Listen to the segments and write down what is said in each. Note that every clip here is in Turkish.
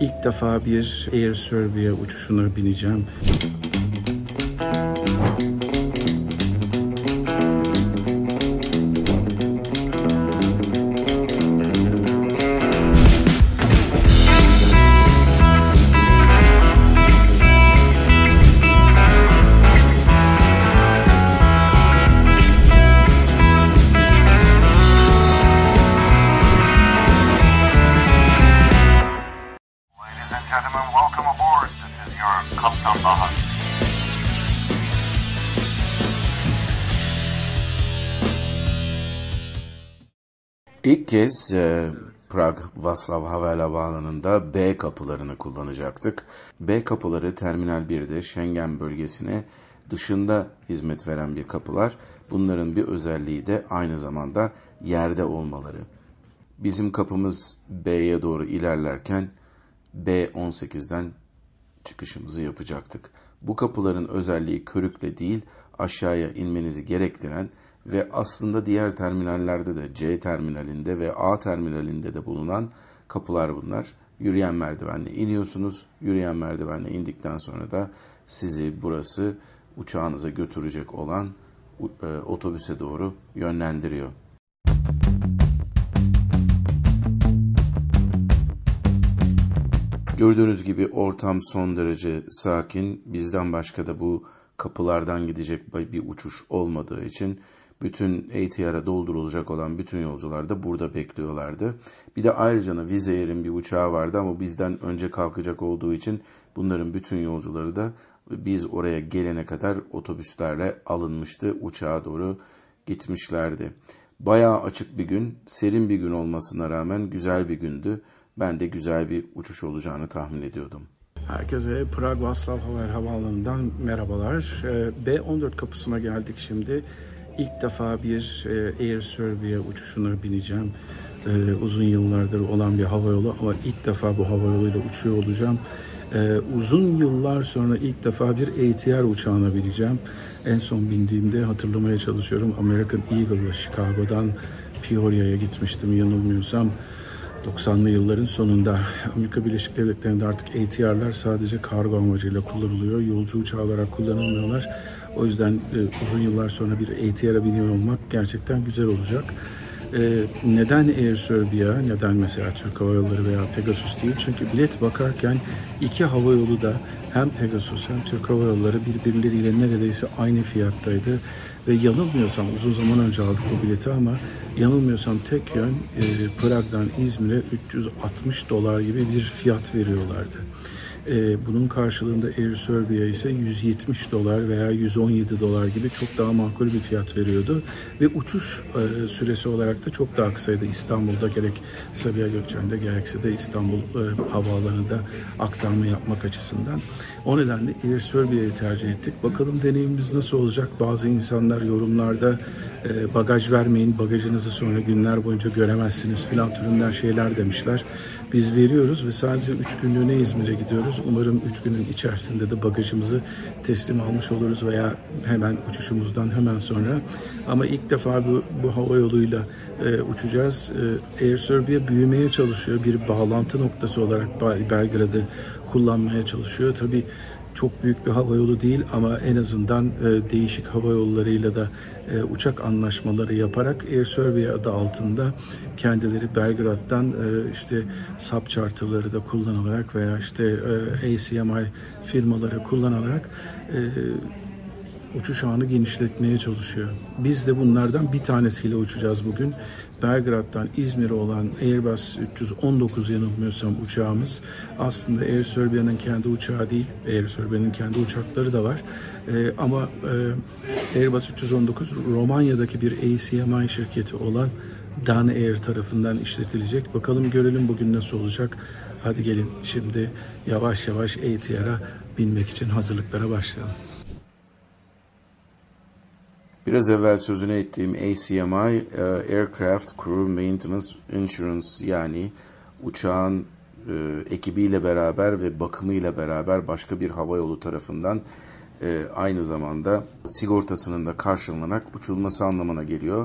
İlk defa bir Air Serbia uçuşuna bineceğim. Gentlemen, welcome aboard. This is your Kaptan Bahar. İlk kez Prag Václav Havel Havaalanı'nda B kapılarını kullanacaktık. B kapıları Terminal 1'de Schengen bölgesine dışında hizmet veren bir kapılar. Bunların bir özelliği de aynı zamanda yerde olmaları. Bizim kapımız B'ye doğru ilerlerken B18'den çıkışımızı yapacaktık. Bu kapıların özelliği körükle değil, aşağıya inmenizi gerektiren ve aslında diğer terminallerde de C terminalinde ve A terminalinde de bulunan kapılar bunlar. Yürüyen merdivenle iniyorsunuz. Yürüyen merdivenle indikten sonra da sizi burası uçağınıza götürecek olan otobüse doğru yönlendiriyor. Gördüğünüz gibi ortam son derece sakin. Bizden başka da bu kapılardan gidecek bir uçuş olmadığı için bütün ATR'a doldurulacak olan bütün yolcular da burada bekliyorlardı. Bir de ayrıca Wizz Air'in bir uçağı vardı ama bizden önce kalkacak olduğu için bunların bütün yolcuları da biz oraya gelene kadar otobüslerle alınmıştı. Uçağa doğru gitmişlerdi. Bayağı açık bir gün, serin bir gün olmasına rağmen güzel bir gündü. Ben de güzel bir uçuş olacağını tahmin ediyordum. Herkese Prag Václav Havel Havaalanı'ndan merhabalar. B14 kapısına geldik şimdi. İlk defa bir Air Serbia uçuşuna bineceğim. Uzun yıllardır olan bir havayolu ama ilk defa bu havayoluyla uçuyor olacağım. Uzun yıllar sonra ilk defa bir ATR uçağına bineceğim. En son bindiğimde hatırlamaya çalışıyorum. American Eagle'la Chicago'dan Peoria'ya gitmiştim yanılmıyorsam. 90'lı yılların sonunda. Amerika Birleşik Devletleri'nde artık ATR'lar sadece kargo amacıyla kullanılıyor. Yolcu uçağı olarak kullanılmıyorlar. O yüzden uzun yıllar sonra bir ATR'a biniyor olmak gerçekten güzel olacak. Neden Air Serbia, neden mesela Türk Hava Yolları veya Pegasus değil? Çünkü bilet bakarken iki havayolu da hem Pegasus hem Türk Hava Yolları birbirleriyle neredeyse aynı fiyattaydı. Ve yanılmıyorsam uzun zaman önce aldık bu bileti ama yanılmıyorsam tek yön Prag'dan İzmir'e $360 gibi bir fiyat veriyorlardı. Bunun karşılığında Air Serbia ise $170 veya $117 gibi çok daha makul bir fiyat veriyordu. Ve uçuş süresi olarak da çok daha kısaydı. İstanbul'da gerek Sabiha Gökçen'de gerekse de İstanbul Havaalanı'nda aktarma yapmak açısından. O nedenle Air Serbia'yı tercih ettik. Bakalım deneyimimiz nasıl olacak? Bazı insanlar yorumlarda bagaj vermeyin, bagajınızı sonra günler boyunca göremezsiniz filan türünden şeyler demişler. Biz veriyoruz ve sadece 3 günlüğüne İzmir'e gidiyoruz. Umarım 3 günün içerisinde de bagajımızı teslim almış oluruz veya hemen uçuşumuzdan hemen sonra. Ama ilk defa bu hava yoluyla uçacağız. Air Serbia büyümeye çalışıyor. Bir bağlantı noktası olarak Belgrad'ı kullanmaya çalışıyor. Tabii çok büyük bir havayolu değil ama en azından değişik havayollarıyla da uçak anlaşmaları yaparak Air Serbia adı altında kendileri Belgrad'dan işte sub charter'ları da kullanarak veya işte ACMI firmaları kullanarak uçuş ağını genişletmeye çalışıyor. Biz de bunlardan bir tanesiyle uçacağız bugün. Belgrad'dan İzmir'e olan Airbus 319 yanılmıyorsam uçağımız aslında Air Serbia'nın kendi uçağı değil. Air Serbia'nın kendi uçakları da var. Ama Airbus 319 Romanya'daki bir ACMI şirketi olan Dan Air tarafından işletilecek. Bakalım görelim bugün nasıl olacak. Hadi gelin şimdi yavaş yavaş ATR'a binmek için hazırlıklara başlayalım. Biraz evvel sözünü ettiğim ACMI, Aircraft Crew Maintenance Insurance, yani uçağın ekibiyle beraber ve bakımıyla beraber başka bir havayolu tarafından aynı zamanda sigortasının da karşılanarak uçulması anlamına geliyor.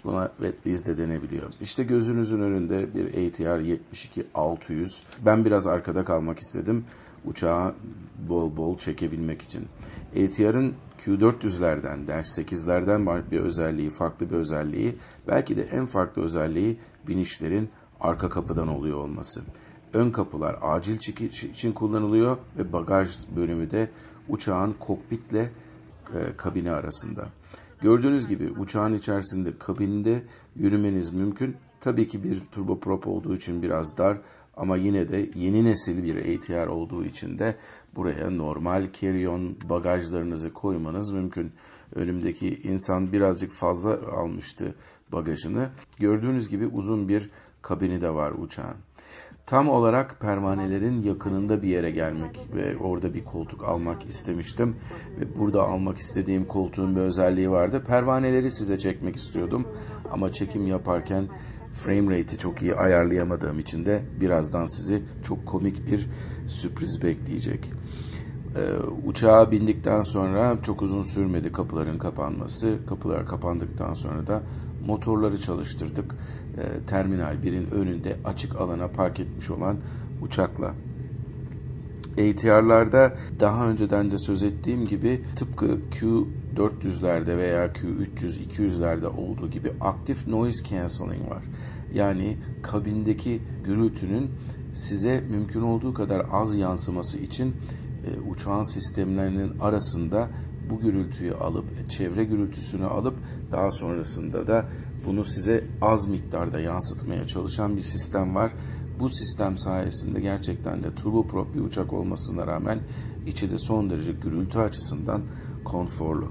Buna wet lease de denebiliyor. İşte gözünüzün önünde bir ATR 72-600. Ben biraz arkada kalmak istedim. Uçağı bol bol çekebilmek için. ATR'ın Q400'lerden, Dash 8'lerden bir özelliği, farklı bir özelliği, belki de en farklı özelliği binişlerin arka kapıdan oluyor olması. Ön kapılar acil çıkış için kullanılıyor ve bagaj bölümü de uçağın kokpitle kabini arasında. Gördüğünüz gibi uçağın içerisinde kabinde yürümeniz mümkün. Tabii ki bir turboprop olduğu için biraz dar ama yine de yeni nesil bir ATR olduğu için de buraya normal carry-on bagajlarınızı koymanız mümkün. Önümdeki insan birazcık fazla almıştı bagajını. Gördüğünüz gibi uzun bir kabini de var uçağın. Tam olarak pervanelerin yakınında bir yere gelmek ve orada bir koltuk almak istemiştim. Ve burada almak istediğim koltuğun bir özelliği vardı. Pervaneleri size çekmek istiyordum. Ama çekim yaparken frame rate'i çok iyi ayarlayamadığım için de birazdan sizi çok komik bir sürpriz bekleyecek. Uçağa bindikten sonra çok uzun sürmedi kapıların kapanması. Kapılar kapandıktan sonra da motorları çalıştırdık. Terminal 1'in önünde açık alana park etmiş olan uçakla. ATR'larda daha önceden de söz ettiğim gibi tıpkı Q400'lerde veya Q300, 200'lerde olduğu gibi aktif noise cancelling var. Yani kabindeki gürültünün size mümkün olduğu kadar az yansıması için uçağın sistemlerinin arasında bu gürültüyü alıp, çevre gürültüsünü alıp daha sonrasında da bunu size az miktarda yansıtmaya çalışan bir sistem var. Bu sistem sayesinde gerçekten de turboprop bir uçak olmasına rağmen içi de son derece gürültü açısından konforlu.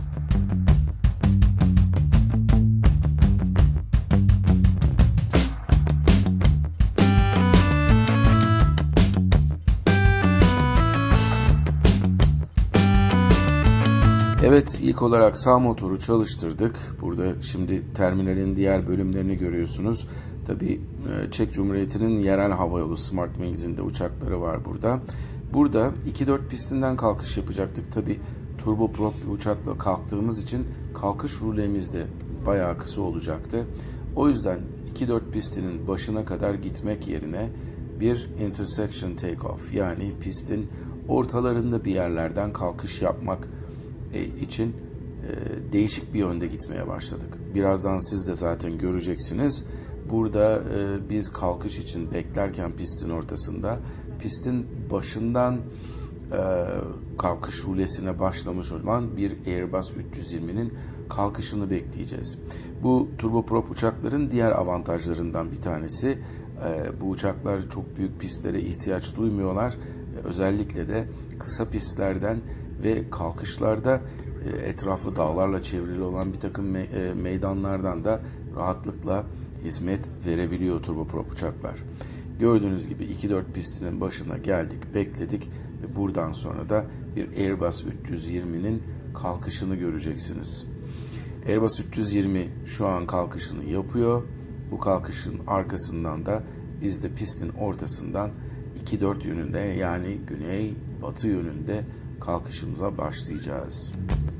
Evet, ilk olarak sağ motoru çalıştırdık. Burada şimdi terminalin diğer bölümlerini görüyorsunuz. Tabii Çek Cumhuriyeti'nin yerel havayolu SmartWings'in de uçakları var burada. Burada 2-4 pistinden kalkış yapacaktık. Tabii turboprop bir uçakla kalktığımız için kalkış rulemiz de bayağı kısa olacaktı. O yüzden 2-4 pistinin başına kadar gitmek yerine bir intersection takeoff, yani pistin ortalarında bir yerlerden kalkış yapmak için değişik bir yönde gitmeye başladık. Birazdan siz de zaten göreceksiniz. Burada biz kalkış için beklerken pistin ortasında, pistin başından kalkış rulesine başlamış olan bir Airbus 320'nin kalkışını bekleyeceğiz. Bu turboprop uçakların diğer avantajlarından bir tanesi. Bu uçaklar çok büyük pistlere ihtiyaç duymuyorlar. Özellikle de kısa pistlerden ve kalkışlarda etrafı dağlarla çevrili olan bir takım meydanlardan da rahatlıkla hizmet verebiliyor turboprop uçaklar. Gördüğünüz gibi 2-4 pistinin başına geldik, bekledik ve buradan sonra da bir Airbus 320'nin kalkışını göreceksiniz. Airbus 320 şu an kalkışını yapıyor. Bu kalkışın arkasından da biz de pistin ortasından 2-4 yönünde, yani güney batı yönünde kalkışımıza başlayacağız.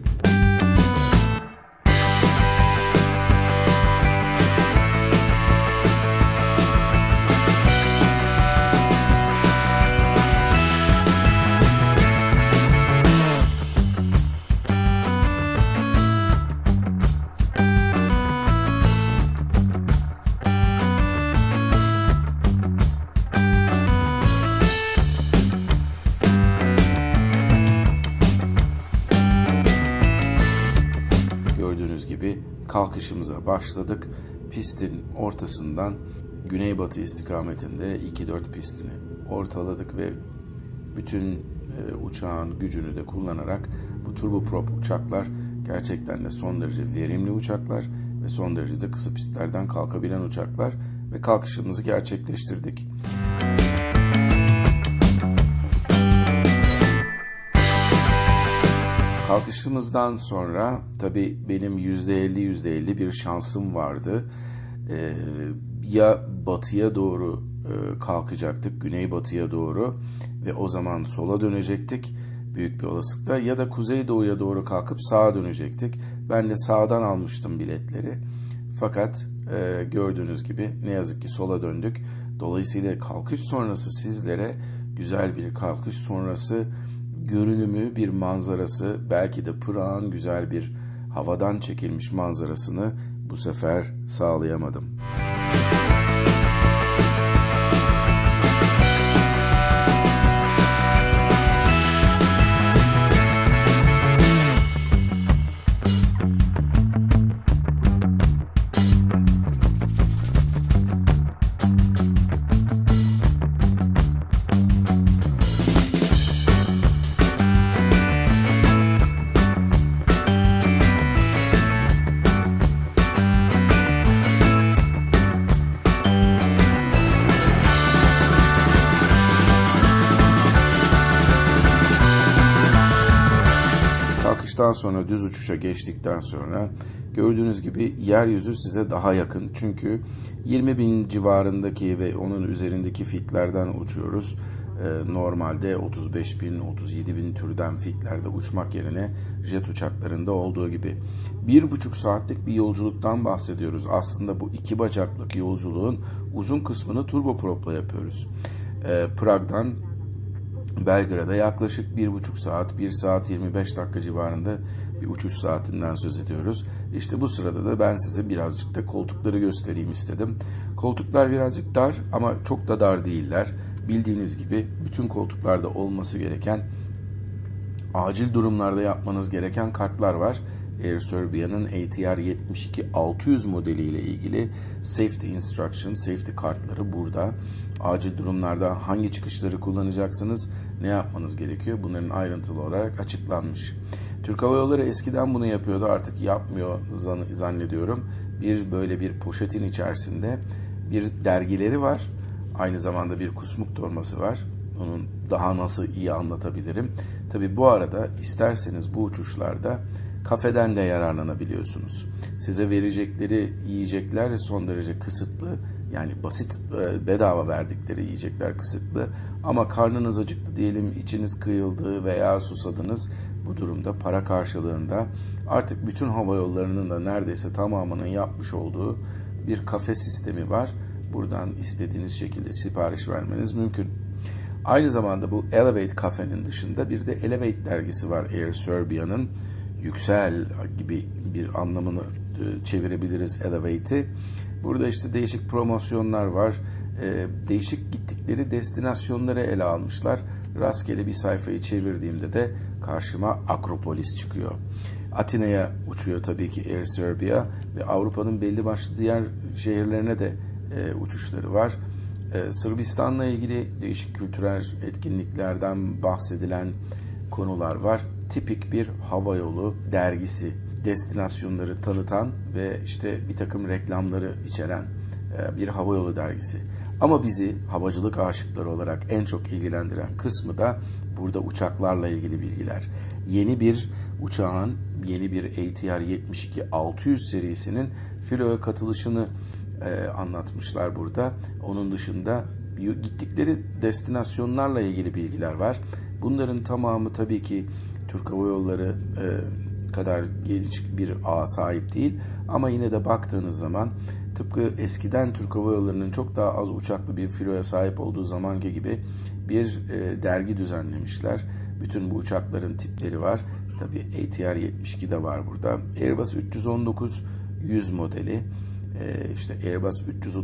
Kalkışımıza başladık. Pistin ortasından güneybatı istikametinde 2-4 pistini ortaladık ve bütün uçağın gücünü de kullanarak bu turboprop uçaklar gerçekten de son derece verimli uçaklar ve son derece de kısa pistlerden kalkabilen uçaklar ve kalkışımızı gerçekleştirdik. Kalkışımızdan sonra tabii benim %50 bir şansım vardı. Ya batıya doğru kalkacaktık, güneybatıya doğru ve o zaman sola dönecektik büyük bir olasılıkla, ya da kuzeydoğuya doğru kalkıp sağa dönecektik. Ben de sağdan almıştım biletleri. Fakat gördüğünüz gibi ne yazık ki sola döndük. Dolayısıyla kalkış sonrası sizlere güzel bir kalkış sonrası görünümü, bir manzarası, belki de Prag'ın güzel bir havadan çekilmiş manzarasını bu sefer sağlayamadım. Kalkıştan sonra düz uçuşa geçtikten sonra gördüğünüz gibi yeryüzü size daha yakın. Çünkü 20.000 civarındaki ve onun üzerindeki fitlerden uçuyoruz. Normalde 35.000, 37.000 türden fitlerde uçmak yerine jet uçaklarında olduğu gibi. 1,5 saatlik bir yolculuktan bahsediyoruz. Aslında bu 2 bacaklık yolculuğun uzun kısmını turbopropla yapıyoruz. Prag'dan Belgrad'a yaklaşık 1,5 saat, 1 saat 25 dakika civarında bir uçuş saatinden söz ediyoruz. İşte bu sırada da ben size birazcık da koltukları göstereyim istedim. Koltuklar birazcık dar ama çok da dar değiller. Bildiğiniz gibi bütün koltuklarda olması gereken, acil durumlarda yapmanız gereken kartlar var. Air Serbia'nın ATR 72-600 modeliyle ilgili Safety Instruction, Safety kartları burada. Acil durumlarda hangi çıkışları kullanacaksınız, ne yapmanız gerekiyor, bunların ayrıntılı olarak açıklanmış. Türk Hava Yolları eskiden bunu yapıyordu, artık yapmıyor zannediyorum. Böyle bir poşetin içerisinde bir dergileri var. Aynı zamanda bir kusmuk torması var. Onun daha nasıl iyi anlatabilirim. Tabii bu arada isterseniz bu uçuşlarda kafeden de yararlanabiliyorsunuz. Size verecekleri yiyecekler son derece kısıtlı. Yani basit, bedava verdikleri yiyecekler kısıtlı. Ama karnınız acıktı diyelim, içiniz kıyıldı veya susadınız. Bu durumda para karşılığında artık bütün hava yollarının da neredeyse tamamının yapmış olduğu bir kafe sistemi var. Buradan istediğiniz şekilde sipariş vermeniz mümkün. Aynı zamanda bu Elevate kafenin dışında bir de Elevate dergisi var Air Serbia'nın. Yüksel gibi bir anlamını çevirebiliriz Elevate'i. Burada işte değişik promosyonlar var. Değişik gittikleri destinasyonları ele almışlar. Rastgele bir sayfayı çevirdiğimde de karşıma Akropolis çıkıyor. Atina'ya uçuyor tabii ki Air Serbia ve Avrupa'nın belli başlı diğer şehirlerine de uçuşları var. Sırbistan'la ilgili değişik kültürel etkinliklerden bahsedilen konular var. Tipik bir havayolu dergisi, destinasyonları tanıtan ve işte bir takım reklamları içeren bir havayolu dergisi. Ama bizi havacılık aşıkları olarak en çok ilgilendiren kısmı da burada uçaklarla ilgili bilgiler. Yeni bir uçağın, yeni bir ATR 72-600 serisinin filoya katılışını anlatmışlar burada. Onun dışında gittikleri destinasyonlarla ilgili bilgiler var. Bunların tamamı tabii ki Türk Hava Yolları kadar gelişik bir ağa sahip değil. Ama yine de baktığınız zaman tıpkı eskiden Türk Hava Yolları'nın çok daha az uçaklı bir filoya sahip olduğu zamanki gibi bir dergi düzenlemişler. Bütün bu uçakların tipleri var. Tabii ATR 72 de var burada. Airbus 319-100 modeli. İşte Airbus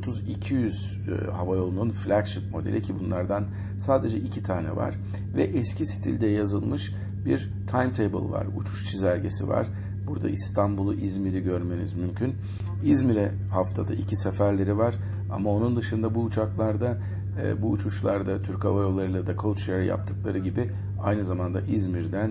330-200 havayolunun flagship modeli ki bunlardan sadece 2 tane var. Ve eski stilde yazılmış bir timetable var. Uçuş çizelgesi var. Burada İstanbul'u, İzmir'i görmeniz mümkün. İzmir'e haftada 2 seferleri var. Ama onun dışında bu uçaklarda, bu uçuşlarda Türk Hava Yolları'yla da code share yaptıkları gibi aynı zamanda İzmir'den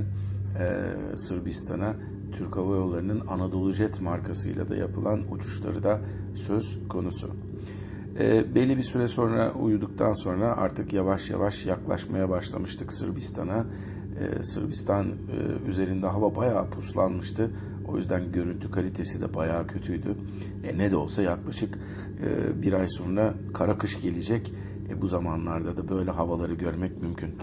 Sırbistan'a Türk Hava Yolları'nın Anadolu Jet markasıyla da yapılan uçuşları da söz konusu. Belli bir süre sonra uyuduktan sonra artık yavaş yavaş yaklaşmaya başlamıştık Sırbistan'a. Sırbistan üzerinde hava bayağı puslanmıştı. O yüzden görüntü kalitesi de bayağı kötüydü. Ne de olsa yaklaşık bir ay sonra kara kış gelecek. Bu zamanlarda da böyle havaları görmek mümkün.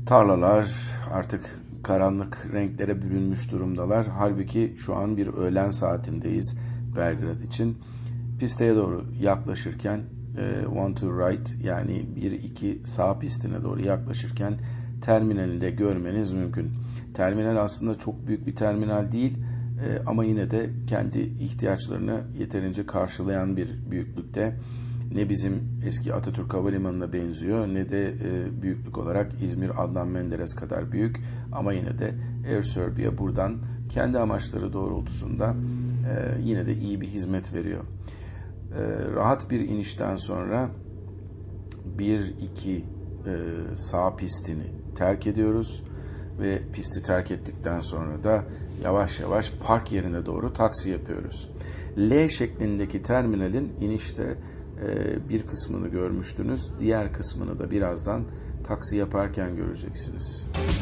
Tarlalar artık karanlık renklere bürünmüş durumdalar. Halbuki şu an bir öğlen saatindeyiz Belgrad için. Pisteye doğru yaklaşırken one to right, yani 1-2 sağ pistine doğru yaklaşırken terminalini de görmeniz mümkün. Terminal aslında çok büyük bir terminal değil ama yine de kendi ihtiyaçlarını yeterince karşılayan bir büyüklükte. Ne bizim eski Atatürk Havalimanı'na benziyor ne de büyüklük olarak İzmir Adnan Menderes kadar büyük, ama yine de Air Serbia buradan kendi amaçları doğrultusunda yine de iyi bir hizmet veriyor. Rahat bir inişten sonra 1-2 sağ pistini terk ediyoruz ve pisti terk ettikten sonra da yavaş yavaş park yerine doğru taksi yapıyoruz. L şeklindeki terminalin inişte bir kısmını görmüştünüz. Diğer kısmını da birazdan taksi yaparken göreceksiniz.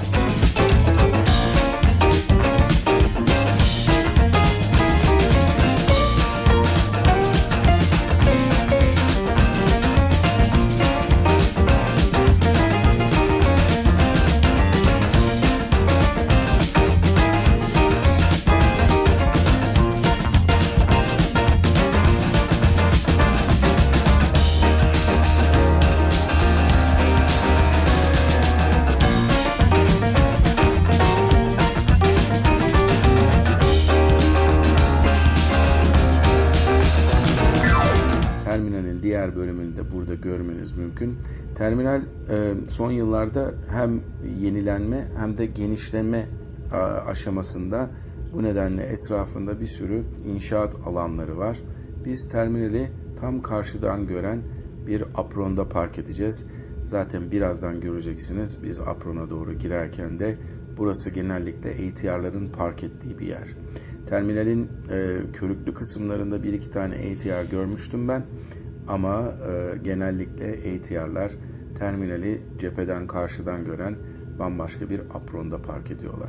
Terminalin diğer bölümünü de burada görmeniz mümkün. Terminal son yıllarda hem yenilenme hem de genişleme aşamasında. Bu nedenle etrafında bir sürü inşaat alanları var. Biz terminali tam karşıdan gören bir apronda park edeceğiz. Zaten birazdan göreceksiniz. Biz aprona doğru girerken de burası genellikle ATR'ların park ettiği bir yer. Terminalin körüklü kısımlarında 1-2 tane ATR görmüştüm ben. Ama genellikle ATR'lar terminali cepheden karşıdan gören bambaşka bir apronda park ediyorlar.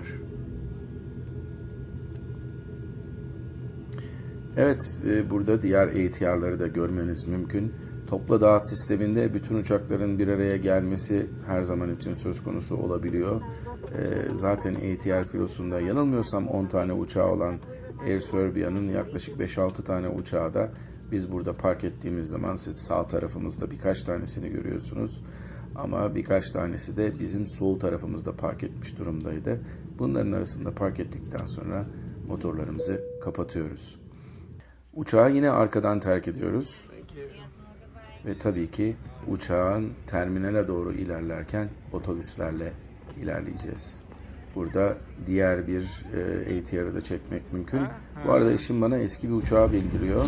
Evet, burada diğer ATR'ları da görmeniz mümkün. Topla dağıt sisteminde bütün uçakların bir araya gelmesi her zaman için söz konusu olabiliyor. Zaten ATR filosunda yanılmıyorsam 10 tane uçağı olan Air Serbia'nın yaklaşık 5-6 tane uçağı da biz burada park ettiğimiz zaman siz sağ tarafımızda birkaç tanesini görüyorsunuz. Ama birkaç tanesi de bizim sol tarafımızda park etmiş durumdaydı. Bunların arasında park ettikten sonra motorlarımızı kapatıyoruz. Uçağı yine arkadan terk ediyoruz. Ve tabii ki uçağın terminale doğru ilerlerken otobüslerle ilerleyeceğiz. Burada diğer bir ATR'ı da çekmek mümkün. Bu arada eşim bana eski bir uçağı bildiriyor.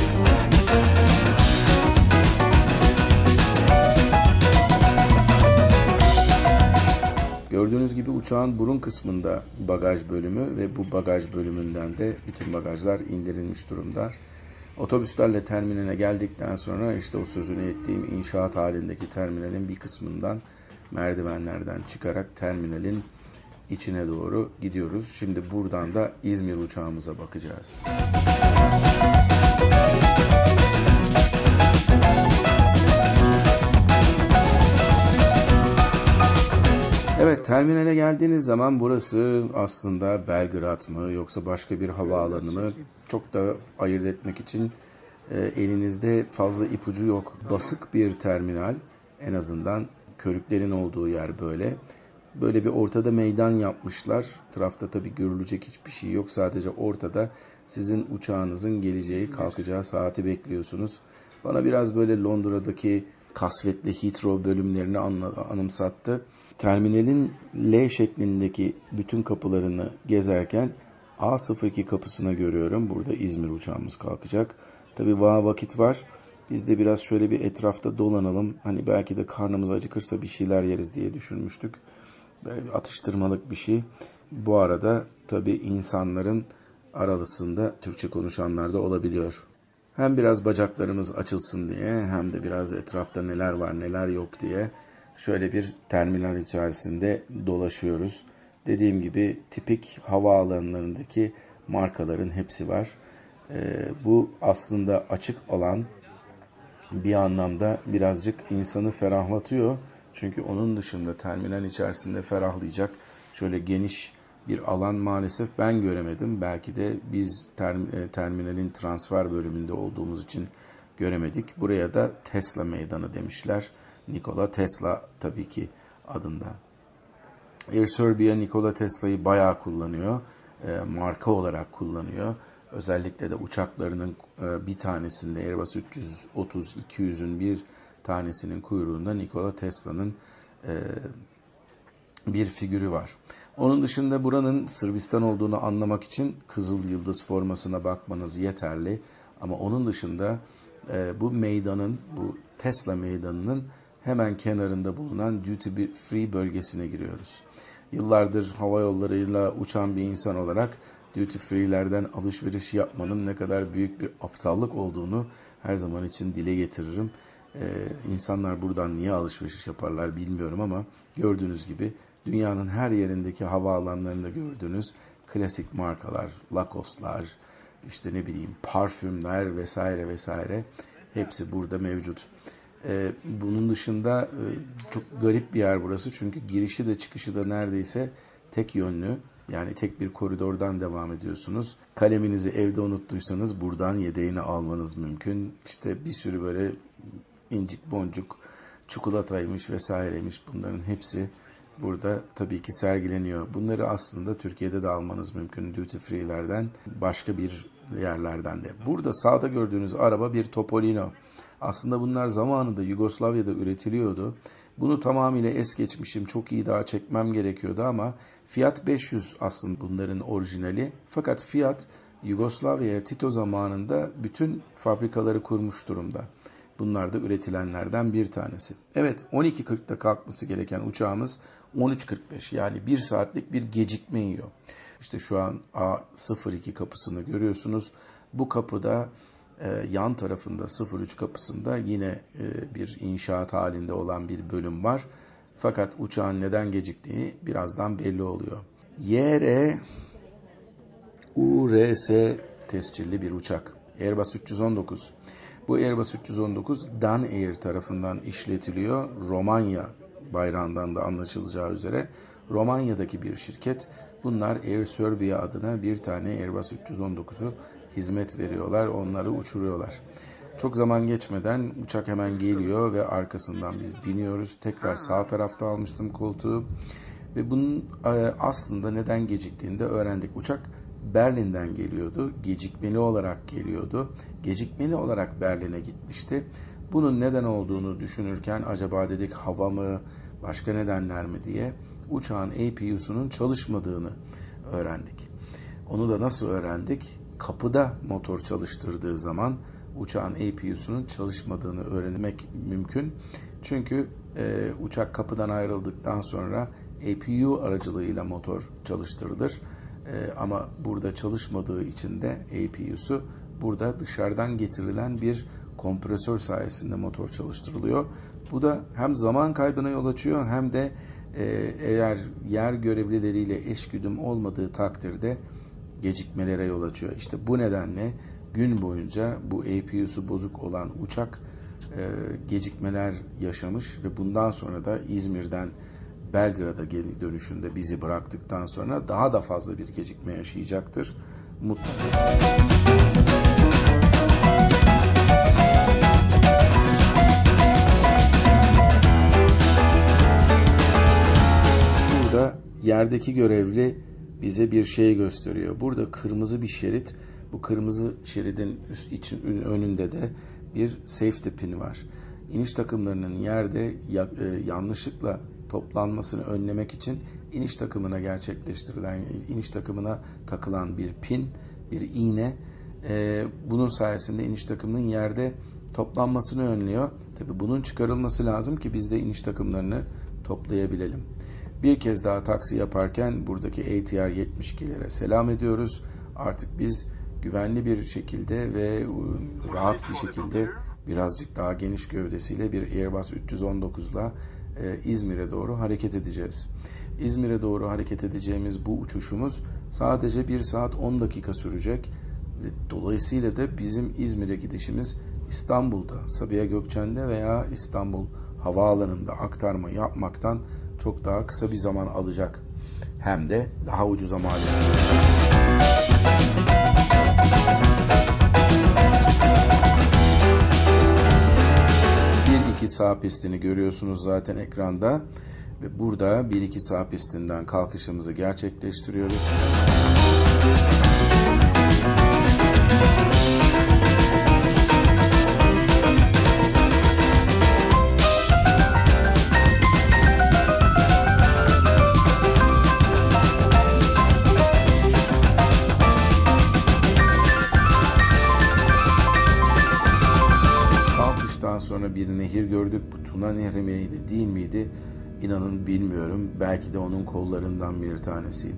Gördüğünüz gibi uçağın burun kısmında bagaj bölümü ve bu bagaj bölümünden de bütün bagajlar indirilmiş durumda. Otobüslerle terminale geldikten sonra işte o sözünü ettiğim inşaat halindeki terminalin bir kısmından merdivenlerden çıkarak terminalin içine doğru gidiyoruz. Şimdi buradan da İzmir uçağımıza bakacağız. Evet, terminale geldiğiniz zaman burası aslında Belgrad mı yoksa başka bir havaalanı mı çok da ayırt etmek için elinizde fazla ipucu yok. Basık bir terminal, en azından körüklerin olduğu yer böyle. Böyle bir ortada meydan yapmışlar. Etrafta tabii görülecek hiçbir şey yok. Sadece ortada sizin uçağınızın geleceği, kalkacağı saati bekliyorsunuz. Bana biraz böyle Londra'daki kasvetli Heathrow bölümlerini anımsattı. Terminalin L şeklindeki bütün kapılarını gezerken A02 kapısına görüyorum. Burada İzmir uçağımız kalkacak. Tabii vakit var. Biz de biraz şöyle bir etrafta dolanalım. Hani belki de karnımız acıkırsa bir şeyler yeriz diye düşünmüştük. Böyle bir atıştırmalık bir şey. Bu arada tabii insanların arasında Türkçe konuşanlar da olabiliyor. Hem biraz bacaklarımız açılsın diye hem de biraz etrafta neler var neler yok diye şöyle bir terminal içerisinde dolaşıyoruz. Dediğim gibi tipik havaalanlarındaki markaların hepsi var. Bu aslında açık alan bir anlamda birazcık insanı ferahlatıyor. Çünkü onun dışında terminal içerisinde ferahlayacak şöyle geniş bir alan maalesef ben göremedim. Belki de biz terminalin transfer bölümünde olduğumuz için göremedik. Buraya da Tesla Meydanı demişler. Nikola Tesla tabii ki adında. Air Serbia Nikola Tesla'yı bayağı kullanıyor. Marka olarak kullanıyor. Özellikle de uçaklarının bir tanesinde Airbus 330-200'ün bir tanesinin kuyruğunda Nikola Tesla'nın bir figürü var. Onun dışında buranın Sırbistan olduğunu anlamak için Kızıl Yıldız formasına bakmanız yeterli. Ama onun dışında bu meydanın, bu Tesla meydanının hemen kenarında bulunan Duty Free bölgesine giriyoruz. Yıllardır hava yollarıyla uçan bir insan olarak Duty Free'lerden alışveriş yapmanın ne kadar büyük bir aptallık olduğunu her zaman için dile getiririm. İnsanlar buradan niye alışveriş yaparlar bilmiyorum ama gördüğünüz gibi dünyanın her yerindeki havaalanlarında gördüğünüz klasik markalar, Lacoste'lar, işte ne bileyim parfümler vesaire vesaire hepsi burada mevcut. Bunun dışında çok garip bir yer burası çünkü girişi de çıkışı da neredeyse tek yönlü. Yani tek bir koridordan devam ediyorsunuz. Kaleminizi evde unuttuysanız buradan yedeğini almanız mümkün. İşte bir sürü böyle incik boncuk, çikolataymış vesaireymiş bunların hepsi burada tabii ki sergileniyor. Bunları aslında Türkiye'de de almanız mümkün duty free'lerden, başka bir yerlerden de. Burada sağda gördüğünüz araba bir Topolino. Aslında bunlar zamanında Yugoslavya'da üretiliyordu. Bunu tamamıyla es geçmişim. Çok iyi daha çekmem gerekiyordu ama Fiat 500 aslında bunların orijinali. Fakat Fiat Yugoslavya'ya Tito zamanında bütün fabrikaları kurmuş durumda. Bunlar da üretilenlerden bir tanesi. Evet, 12.40'da kalkması gereken uçağımız 13.45, yani 1 saatlik bir gecikme yiyor. İşte şu an A02 kapısını görüyorsunuz. Bu kapıda yan tarafında 03 kapısında yine bir inşaat halinde olan bir bölüm var. Fakat uçağın neden geciktiği birazdan belli oluyor. URS tescilli bir uçak. Airbus 319. Bu Airbus 319 Dan Air tarafından işletiliyor. Romanya bayrağından da anlaşılacağı üzere Romanya'daki bir şirket. Bunlar Air Serbia adına bir tane Airbus 319'u hizmet veriyorlar. Onları uçuruyorlar. Çok zaman geçmeden uçak hemen geliyor ve arkasından biz biniyoruz. Tekrar sağ tarafta almıştım koltuğu. Ve bunun aslında neden geciktiğini de öğrendik. Uçak Berlin'den geliyordu. Gecikmeli olarak geliyordu. Gecikmeli olarak Berlin'e gitmişti. Bunun neden olduğunu düşünürken acaba dedik hava mı, başka nedenler mi diye uçağın APU'sunun çalışmadığını öğrendik. Onu da nasıl öğrendik? Kapıda motor çalıştırdığı zaman uçağın APU'sunun çalışmadığını öğrenmek mümkün. Çünkü uçak kapıdan ayrıldıktan sonra APU aracılığıyla motor çalıştırılır. Ama burada çalışmadığı için de APU'su burada dışarıdan getirilen bir kompresör sayesinde motor çalıştırılıyor. Bu da hem zaman kaybına yol açıyor hem de eğer yer görevlileriyle eşgüdüm olmadığı takdirde gecikmelere yol açıyor. İşte bu nedenle gün boyunca bu APU'su bozuk olan uçak gecikmeler yaşamış ve bundan sonra da İzmir'den Belgrad'a geri dönüşünde bizi bıraktıktan sonra daha da fazla bir gecikme yaşayacaktır. Mutlaka. Burada yerdeki görevli bize bir şey gösteriyor. Burada kırmızı bir şerit. Bu kırmızı şeridin önünde de bir safety pin var. İniş takımlarının yerde yanlışlıkla toplanmasını önlemek için iniş takımına takılan bir pin, bir iğne. Bunun sayesinde iniş takımının yerde toplanmasını önlüyor. Tabii bunun çıkarılması lazım ki biz de iniş takımlarını toplayabilelim. Bir kez daha taksi yaparken buradaki ATR 72'lere selam ediyoruz. Artık biz güvenli bir şekilde ve rahat bir şekilde birazcık daha geniş gövdesiyle bir Airbus 319'la İzmir'e doğru hareket edeceğiz. İzmir'e doğru hareket edeceğimiz bu uçuşumuz sadece 1 saat 10 dakika sürecek. Dolayısıyla da bizim İzmir'e gidişimiz İstanbul'da, Sabiha Gökçen'de veya İstanbul havaalanında aktarma yapmaktan çok daha kısa bir zaman alacak. Hem de daha ucuza mal edecek. Bir 1-2 sağ pistini görüyorsunuz zaten ekranda. Ve burada 1-2 sağ pistinden kalkışımızı gerçekleştiriyoruz. Kalkıştan sonra bir nehir gördük. Bu Tuna Nehri miydi, değil miydi? İnanın bilmiyorum. Belki de onun kollarından bir tanesiydi.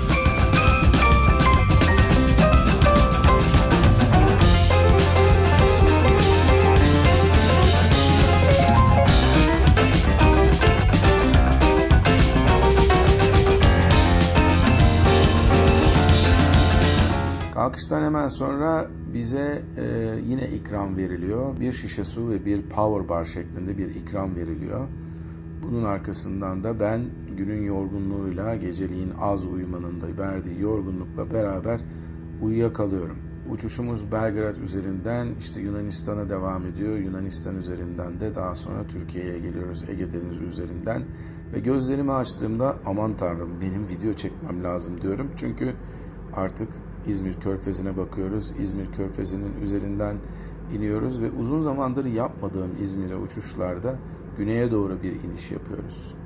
Kalkıştan hemen sonra bize yine ikram veriliyor. Bir şişe su ve bir power bar şeklinde bir ikram veriliyor. Bunun arkasından da ben günün yorgunluğuyla, geceliğin az uyumanın da verdiği yorgunlukla beraber uyuyakalıyorum. Uçuşumuz Belgrad üzerinden işte Yunanistan'a devam ediyor. Yunanistan üzerinden de daha sonra Türkiye'ye geliyoruz Ege Denizi üzerinden. Ve gözlerimi açtığımda aman tanrım benim video çekmem lazım diyorum. Çünkü artık İzmir Körfezi'ne bakıyoruz. İzmir Körfezi'nin üzerinden iniyoruz ve uzun zamandır yapmadığım İzmir'e uçuşlarda güneye doğru bir iniş yapıyoruz.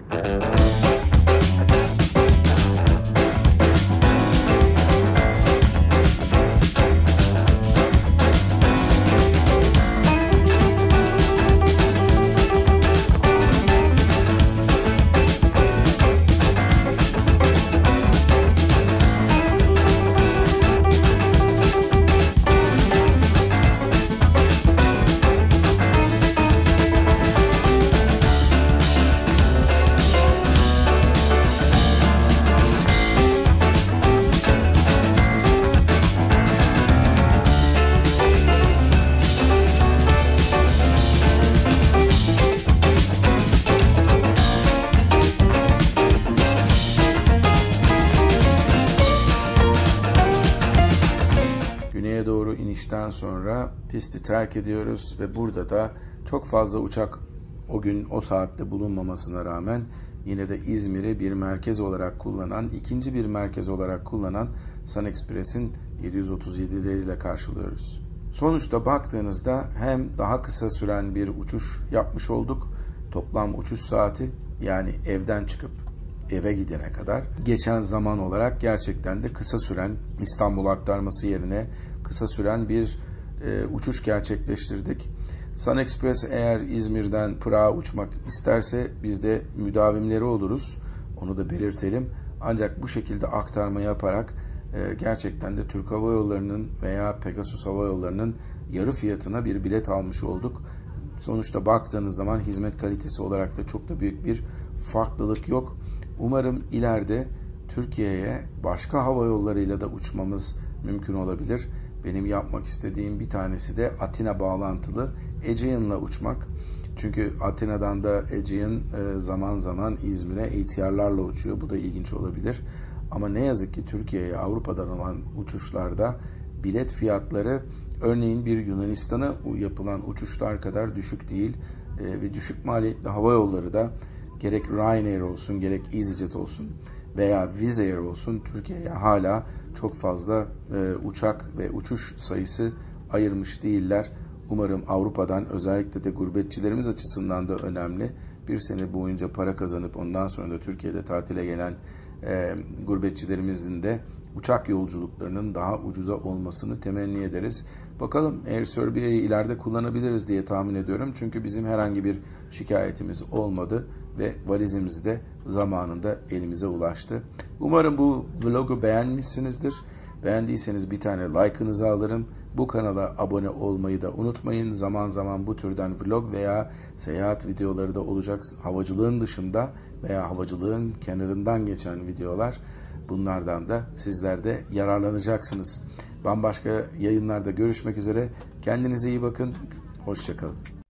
Doğru inişten sonra pisti terk ediyoruz ve burada da çok fazla uçak o gün o saatte bulunmamasına rağmen yine de İzmir'i bir merkez olarak kullanan, ikinci bir merkez olarak kullanan SunExpress'in 737'leriyle karşılıyoruz. Sonuçta baktığınızda hem daha kısa süren bir uçuş yapmış olduk, toplam uçuş saati yani evden çıkıp eve gidene kadar geçen zaman olarak gerçekten de kısa süren İstanbul aktarması yerine kısa süren bir uçuş gerçekleştirdik. SunExpress eğer İzmir'den Prag'a uçmak isterse biz de müdavimleri oluruz. Onu da belirtelim. Ancak bu şekilde aktarma yaparak gerçekten de Türk Hava Yolları'nın veya Pegasus Hava Yolları'nın yarı fiyatına bir bilet almış olduk. Sonuçta baktığınız zaman hizmet kalitesi olarak da çok da büyük bir farklılık yok. Umarım ileride Türkiye'ye başka hava yollarıyla da uçmamız mümkün olabilir. Benim yapmak istediğim bir tanesi de Atina bağlantılı Aegean'la uçmak. Çünkü Atina'dan da Aegean zaman zaman İzmir'e ATR'larla uçuyor. Bu da ilginç olabilir. Ama ne yazık ki Türkiye'ye Avrupa'dan olan uçuşlarda bilet fiyatları örneğin bir Yunanistan'a yapılan uçuşlar kadar düşük değil. Ve düşük maliyetli hava yolları da gerek Ryanair olsun gerek EasyJet olsun veya Wizz Air olsun Türkiye'ye hala çok fazla uçak ve uçuş sayısı ayırmış değiller. Umarım Avrupa'dan özellikle de gurbetçilerimiz açısından da önemli. Bir sene boyunca para kazanıp ondan sonra da Türkiye'de tatile gelen gurbetçilerimizin de uçak yolculuklarının daha ucuza olmasını temenni ederiz. Bakalım Air Serbia'yı ileride kullanabiliriz diye tahmin ediyorum. Çünkü bizim herhangi bir şikayetimiz olmadı ve valizimiz de zamanında elimize ulaştı. Umarım bu vlogu beğenmişsinizdir. Beğendiyseniz bir tane like'ınızı alırım. Bu kanala abone olmayı da unutmayın. Zaman zaman bu türden vlog veya seyahat videoları da olacak. Havacılığın dışında veya havacılığın kenarından geçen videolar. Bunlardan da sizler de yararlanacaksınız. Bambaşka yayınlarda görüşmek üzere. Kendinize iyi bakın. Hoşça kalın.